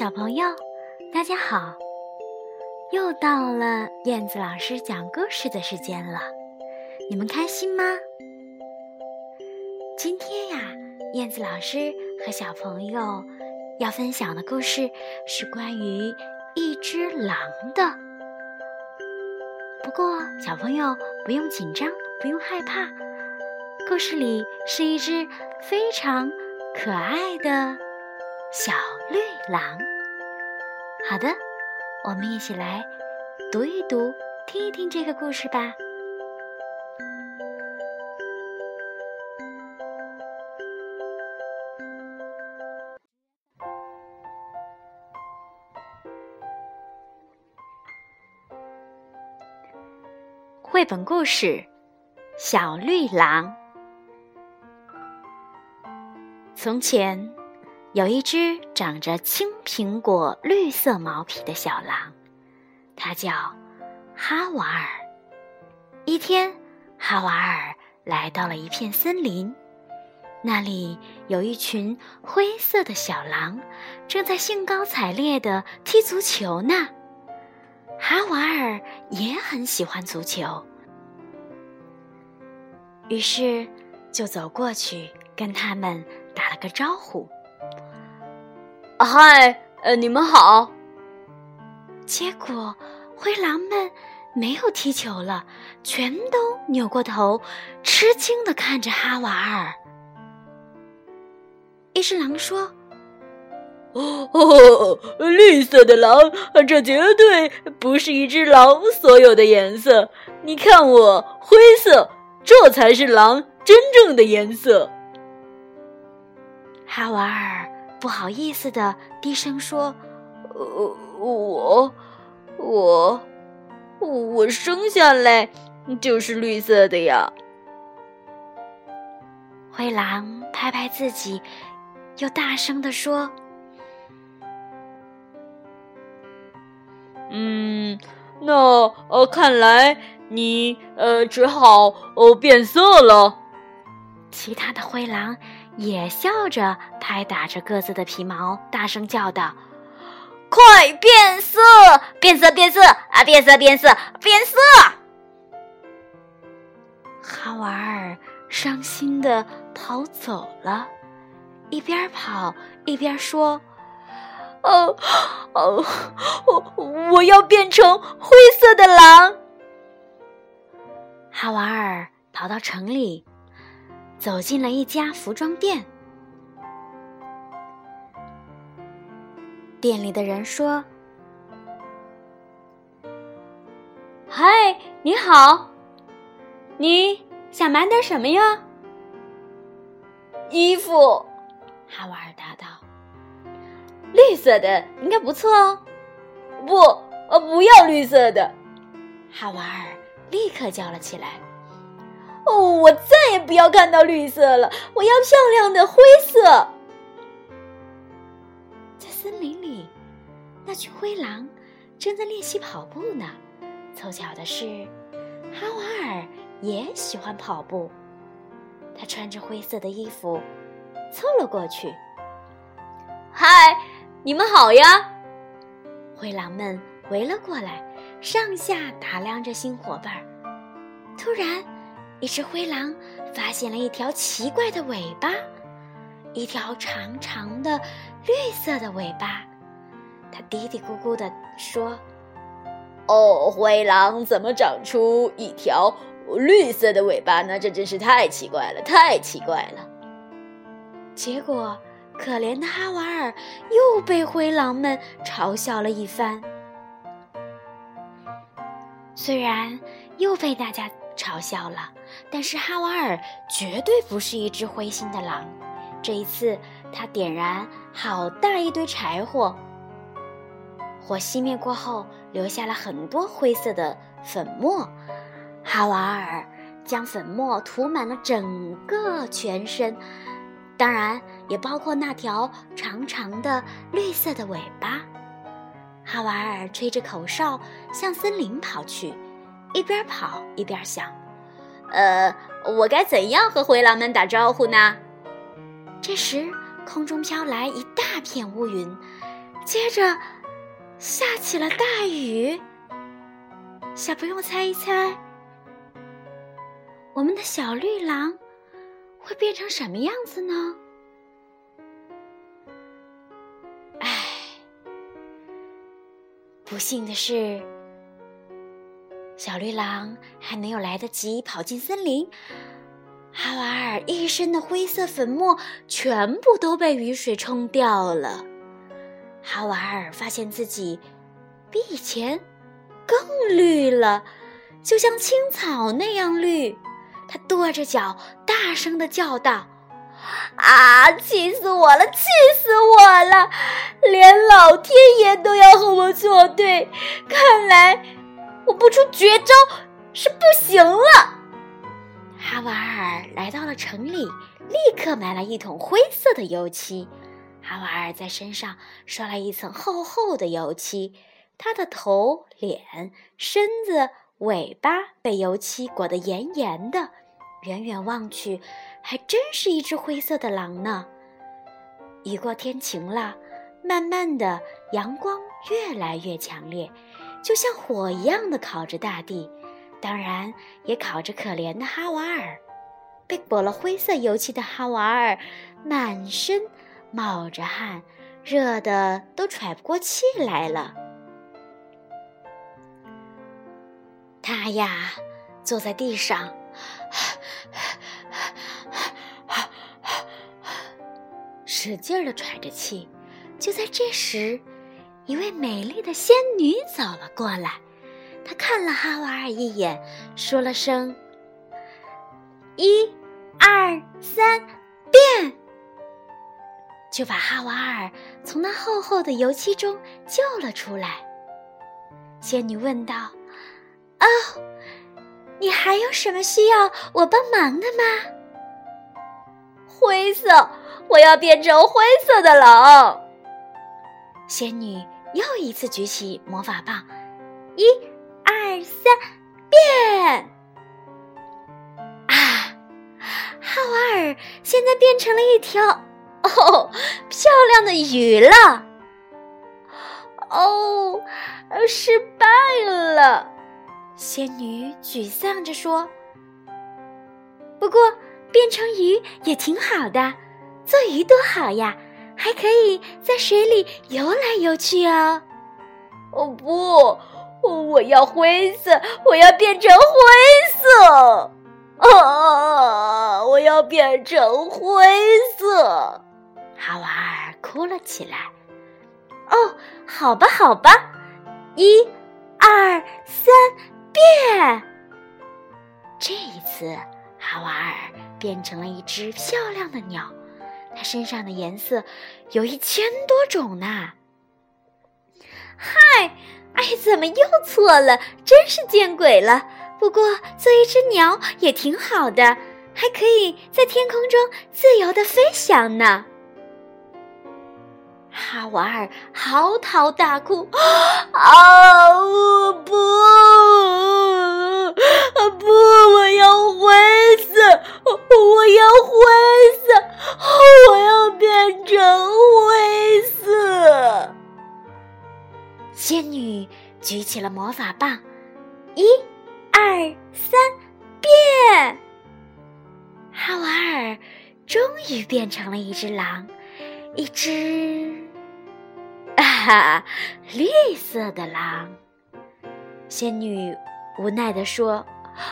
小朋友，大家好！又到了燕子老师讲故事的时间了，你们开心吗？今天呀，燕子老师和小朋友要分享的故事是关于一只狼的。不过小朋友不用紧张，不用害怕，故事里是一只非常可爱的小绿狼。好的，我们一起来读一读，听一听这个故事吧。绘本故事《小绿狼》。从前有一只长着青苹果绿色毛皮的小狼，它叫哈瓦尔。一天，哈瓦尔来到了一片森林，那里有一群灰色的小狼，正在兴高采烈地踢足球呢。哈瓦尔也很喜欢足球，于是就走过去跟他们打了个招呼。 嗨，你们好。 结果灰狼们没有踢球了，全都扭过头，吃惊地看着哈瓦尔。一只狼说： 绿色的狼，这绝对不是一只狼所有的颜色。你看我，灰色，这才是狼真正的颜色。 哈瓦尔不好意思地低声说： 我生下来就是绿色的呀。 灰狼拍拍自己，又大声地说： 那看来你只好变色了。 其他的灰狼也笑着拍打着各自的皮毛，大声叫道： 快变色！变色！变色！啊！变色！变色！变色！ 哈瓦尔伤心地跑走了，一边跑一边说： 我要变成灰色的狼。 哈瓦尔跑到城里，走进了一家服装店。店里的人说： 嗨，你好，你想买点什么呀？衣服。 哈瓦尔答道： 绿色的应该不错哦。不要绿色的。 哈瓦尔立刻叫了起来： 我再也不要看到绿色了，我要漂亮的灰色。 在森林里，那群灰狼正在练习跑步呢。凑巧的是，哈瓦尔也喜欢跑步，他穿着灰色的衣服凑了过去。 嗨，你们好呀！ 灰狼们围了过来，上下打量着新伙伴。突然，一只灰狼发现了一条奇怪的尾巴，一条长长的绿色的尾巴。他嘀嘀咕咕地说： 灰狼怎么长出一条绿色的尾巴呢？这真是太奇怪了，太奇怪了。 结果可怜的哈瓦尔又被灰狼们嘲笑了一番。虽然又被大家嘲笑了，但是哈瓦尔绝对不是一只灰心的狼。这一次，他点燃好大一堆柴火，火熄灭过后，留下了很多灰色的粉末。哈瓦尔将粉末涂满了整个全身，当然也包括那条长长的绿色的尾巴。哈瓦尔吹着口哨向森林跑去，一边跑一边想： 我该怎样和灰狼们打招呼呢？ 这时，空中飘来一大片乌云， 接着下起了大雨。小朋友猜一猜，我们的小绿狼会变成什么样子呢？不幸的是，小绿狼还没有来得及跑进森林，哈瓦尔一身的灰色粉末全部都被雨水冲掉了。哈瓦尔发现自己比以前更绿了，就像青草那样绿。他跺着脚大声地叫道：啊！气死我了，气死我了！连老天爷都要和我作对，看来我不出绝招是不行了。哈瓦尔来到了城里，立刻买了一桶灰色的油漆。哈瓦尔在身上刷了一层厚厚的油漆，他的头、脸、身子、尾巴被油漆裹得严严的，远远望去还真是一只灰色的狼呢。雨过天晴了，慢慢的阳光越来越强烈，就像火一样的烤着大地，当然也烤着可怜的哈瓦尔。被裹了灰色油漆的哈瓦尔满身冒着汗，热得都喘不过气来了。他呀坐在地上，使劲地喘着气。就在这时，一位美丽的仙女走了过来，她看了哈瓦尔一眼，说了声1、2、3，变，就把哈瓦尔从那厚厚的油漆中救了出来。仙女问道：哦，你还有什么需要我帮忙的吗？灰色，我要变成灰色的狼。仙女又一次举起魔法棒，1、2、3，变！啊，哈瓦尔现在变成了一条漂亮的鱼了。失败了。仙女沮丧着说：不过变成鱼也挺好的，做鱼多好呀，还可以在水里游来游去哦。不，我要灰色，我要变成灰色。我要变成灰色。哈瓦尔哭了起来。好吧好吧，1、2、3，变！这一次哈瓦尔变成了一只漂亮的鸟，它身上的颜色有1000多种呢。嗨，怎么又错了？真是见鬼了！不过做一只鸟也挺好的，还可以在天空中自由地飞翔呢。哈瓦尔嚎啕大哭，不，我要灰色，我要灰色，我要变成灰色。仙女举起了魔法棒，1、2、3，变！哈瓦尔终于变成了一只狼，一只绿色的狼。仙女无奈地说：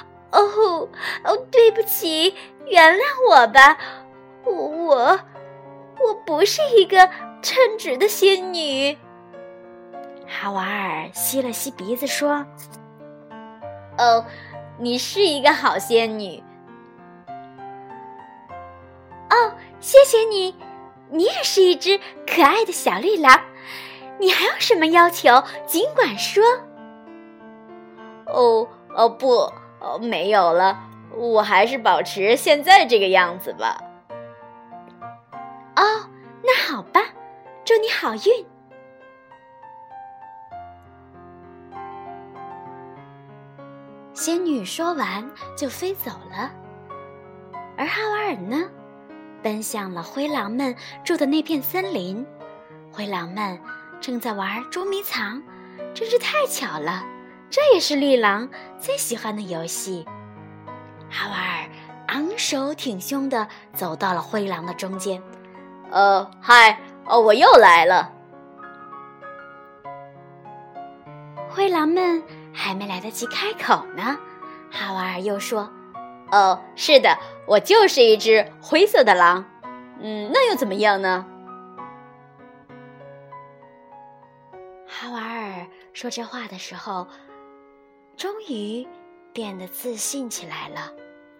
对不起，原谅我吧，我不是一个称职的仙女。哈瓦尔吸了吸鼻子说：你是一个好仙女。谢谢你，你也是一只可爱的小绿狼。你还有什么要求，尽管说。不，没有了，我还是保持现在这个样子吧。那好吧，祝你好运。仙女说完就飞走了，而哈瓦尔呢，奔向了灰狼们住的那片森林。灰狼们正在玩捉迷藏，真是太巧了，这也是绿狼最喜欢的游戏。哈瓦尔昂首挺胸地走到了灰狼的中间。 嗨，我又来了。 灰狼们还没来得及开口呢，哈瓦尔又说：“ 是的，我就是一只灰色的狼。那又怎么样呢？” 哈瓦尔说这话的时候，终于变得自信起来了。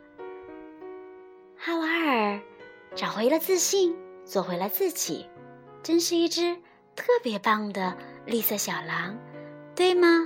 哈瓦尔找回了自信，做回了自己，真是一只特别棒的绿色小狼，对吗？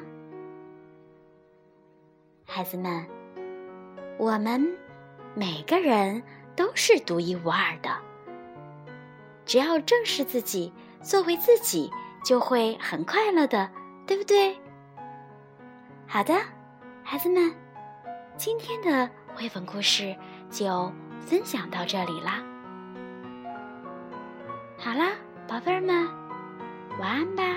孩子们，我们每个人都是独一无二的，只要正视自己，做回自己，就会很快乐的，对不对？好的，孩子们，今天的绘本故事就分享到这里啦。好啦，宝贝儿们，晚安吧。